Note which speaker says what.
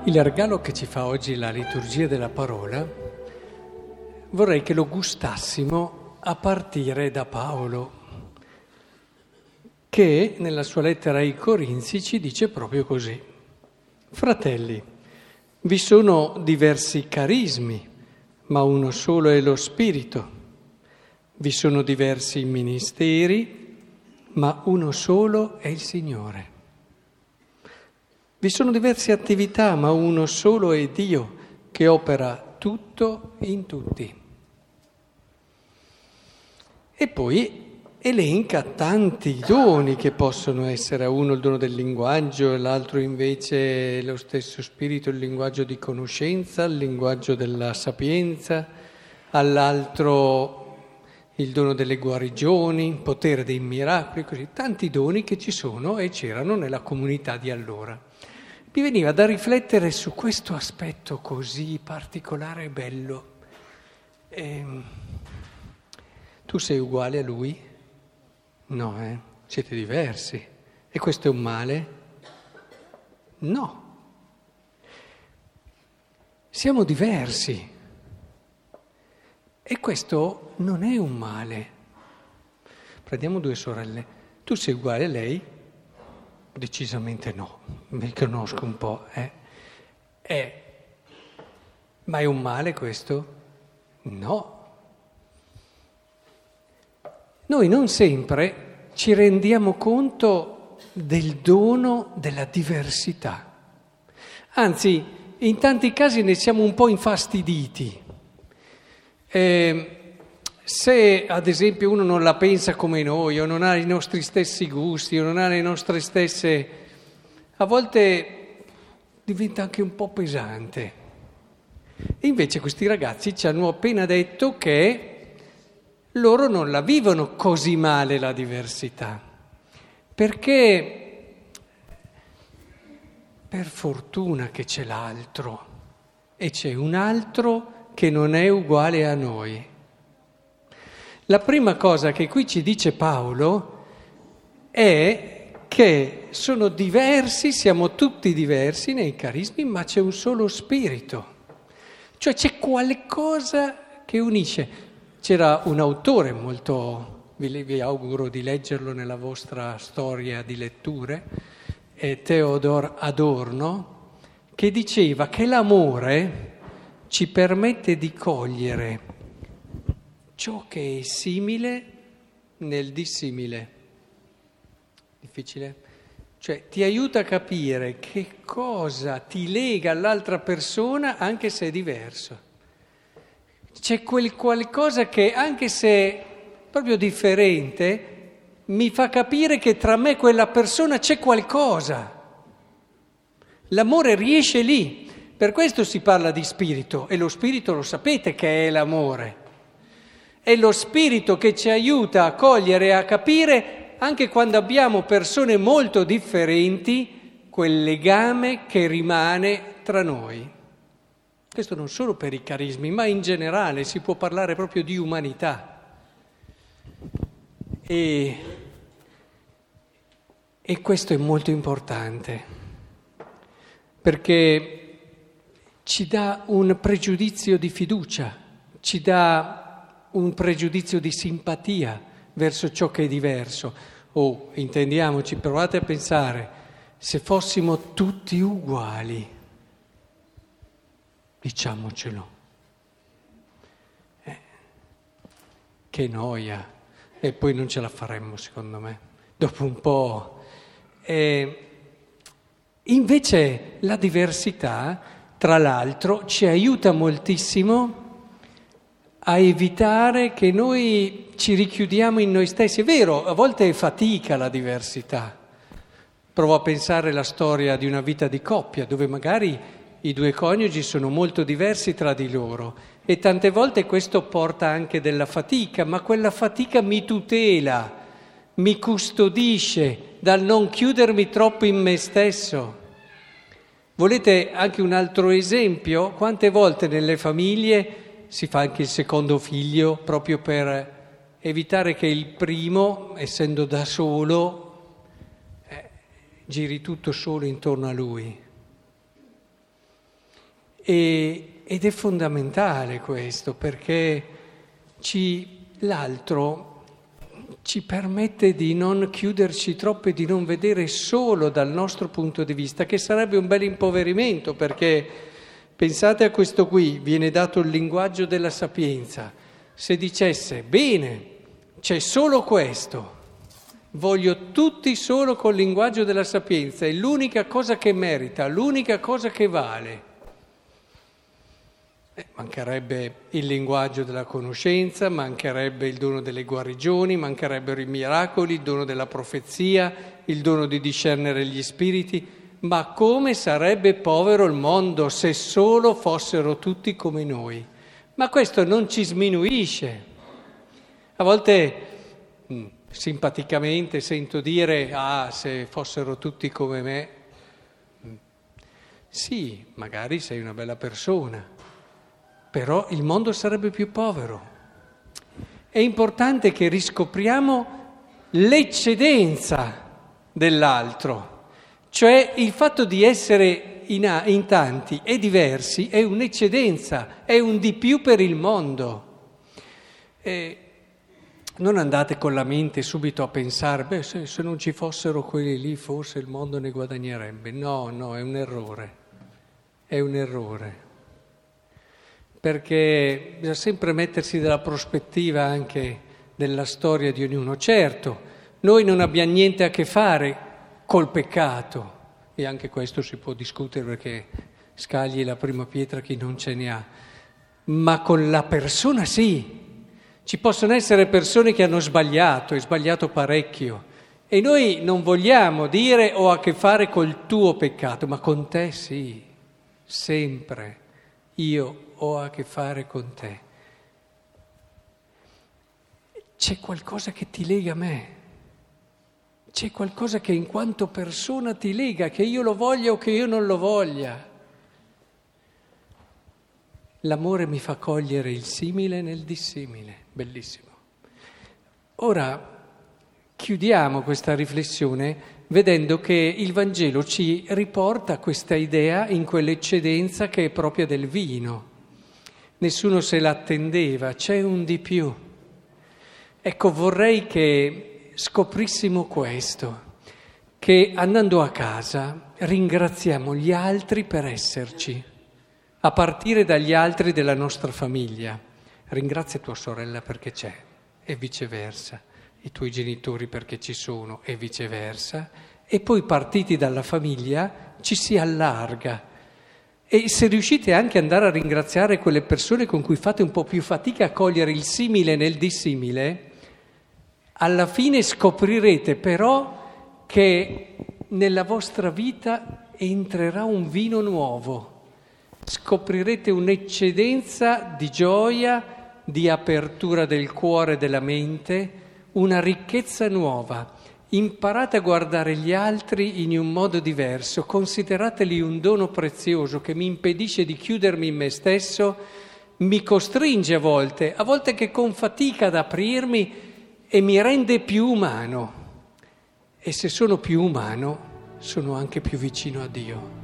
Speaker 1: Il regalo che ci fa oggi la liturgia della parola vorrei che lo gustassimo a partire da Paolo, che nella sua lettera ai Corinzi ci dice proprio così: fratelli, vi sono diversi carismi, ma uno solo è lo Spirito. Vi sono diversi ministeri, ma uno solo è il Signore. Vi sono diverse attività, ma uno solo è Dio che opera tutto in tutti. E poi elenca tanti doni che possono essere: a uno il dono del linguaggio, l'altro invece lo stesso Spirito, il linguaggio di conoscenza, il linguaggio della sapienza, all'altro il dono delle guarigioni, il potere dei miracoli, così tanti doni che ci sono e c'erano nella comunità di allora. Mi veniva da riflettere su questo aspetto così particolare e bello. Tu sei uguale a lui? No, siete diversi. E questo è un male? No. Siamo diversi. E questo non è un male. Prendiamo due sorelle. Tu sei uguale a lei? Decisamente no, mi conosco un po'. Ma è un male questo? No. Noi non sempre ci rendiamo conto del dono della diversità. Anzi, in tanti casi ne siamo un po' infastiditi. Se ad esempio uno non la pensa come noi, o non ha i nostri stessi gusti, o non ha le nostre stesse, a volte diventa anche un po' pesante. E invece questi ragazzi ci hanno appena detto che loro non la vivono così male la diversità, perché per fortuna che c'è l'altro, e c'è un altro che non è uguale a noi. La prima cosa che qui ci dice Paolo è che sono diversi, siamo tutti diversi nei carismi, ma c'è un solo spirito. Cioè c'è qualcosa che unisce. C'era un autore molto, vi auguro di leggerlo nella vostra storia di letture, Theodor Adorno, che diceva che l'amore ci permette di cogliere ciò che è simile nel dissimile. Difficile? Cioè ti aiuta a capire che cosa ti lega all'altra persona anche se è diverso. C'è quel qualcosa che anche se è proprio differente mi fa capire che tra me e quella persona c'è qualcosa. L'amore riesce lì. Per questo si parla di spirito, e lo spirito lo sapete che è l'amore. È lo spirito che ci aiuta a cogliere e a capire, anche quando abbiamo persone molto differenti, quel legame che rimane tra noi. Questo non solo per i carismi, ma in generale si può parlare proprio di umanità. E questo è molto importante, perché ci dà un pregiudizio di fiducia, ci dà un pregiudizio di simpatia verso ciò che è diverso. Intendiamoci, provate a pensare, se fossimo tutti uguali, diciamocelo, che noia, e poi non ce la faremmo secondo me, dopo un po'. Invece la diversità, tra l'altro, ci aiuta moltissimo a evitare che noi ci richiudiamo in noi stessi. È vero, a volte è fatica la diversità. Provo a pensare alla storia di una vita di coppia, dove magari i due coniugi sono molto diversi tra di loro e tante volte questo porta anche della fatica, ma quella fatica mi tutela, mi custodisce dal non chiudermi troppo in me stesso. Volete anche un altro esempio? Quante volte nelle famiglie si fa anche il secondo figlio proprio per evitare che il primo, essendo da solo, giri tutto solo intorno a lui. Ed è fondamentale questo, perché l'altro ci permette di non chiuderci troppo e di non vedere solo dal nostro punto di vista, che sarebbe un bel impoverimento, perché pensate a questo qui, viene dato il linguaggio della sapienza. Se dicesse, bene, c'è solo questo, voglio tutti solo col linguaggio della sapienza, è l'unica cosa che merita, l'unica cosa che vale. Mancherebbe il linguaggio della conoscenza, mancherebbe il dono delle guarigioni, mancherebbero i miracoli, il dono della profezia, il dono di discernere gli spiriti. Ma come sarebbe povero il mondo se solo fossero tutti come noi? Ma questo non ci sminuisce. A volte simpaticamente sento dire, se fossero tutti come me. Sì, magari sei una bella persona. Però il mondo sarebbe più povero. È importante che riscopriamo l'eccedenza dell'altro, cioè il fatto di essere in tanti e diversi è un'eccedenza, è un di più per il mondo. Non andate con la mente subito a pensare, se non ci fossero quelli lì forse il mondo ne guadagnerebbe. No, è un errore, è un errore. Perché bisogna sempre mettersi nella prospettiva anche della storia di ognuno. Certo, noi non abbiamo niente a che fare col peccato, e anche questo si può discutere perché scagli la prima pietra chi non ce ne ha, ma con la persona sì. Ci possono essere persone che hanno sbagliato, e sbagliato parecchio, e noi non vogliamo dire ho a che fare col tuo peccato, ma con te sì, sempre. Io ho a che fare con te. C'è qualcosa che ti lega a me, c'è qualcosa che in quanto persona ti lega, che io lo voglia o che io non lo voglia. L'amore mi fa cogliere il simile nel dissimile, bellissimo. Ora chiudiamo questa riflessione vedendo che il Vangelo ci riporta questa idea in quell'eccedenza che è propria del vino. Nessuno se l'attendeva, c'è un di più. Ecco, vorrei che scoprissimo questo, che andando a casa ringraziamo gli altri per esserci, a partire dagli altri della nostra famiglia. Ringrazia tua sorella perché c'è, e viceversa, i tuoi genitori perché ci sono, e viceversa, e poi partiti dalla famiglia ci si allarga. E se riuscite anche ad andare a ringraziare quelle persone con cui fate un po' più fatica a cogliere il simile nel dissimile, alla fine scoprirete però che nella vostra vita entrerà un vino nuovo. Scoprirete un'eccedenza di gioia, di apertura del cuore e della mente, una ricchezza nuova. Imparate a guardare gli altri in un modo diverso, considerateli un dono prezioso che mi impedisce di chiudermi in me stesso, mi costringe a volte che con fatica ad aprirmi e mi rende più umano. E se sono più umano, sono anche più vicino a Dio.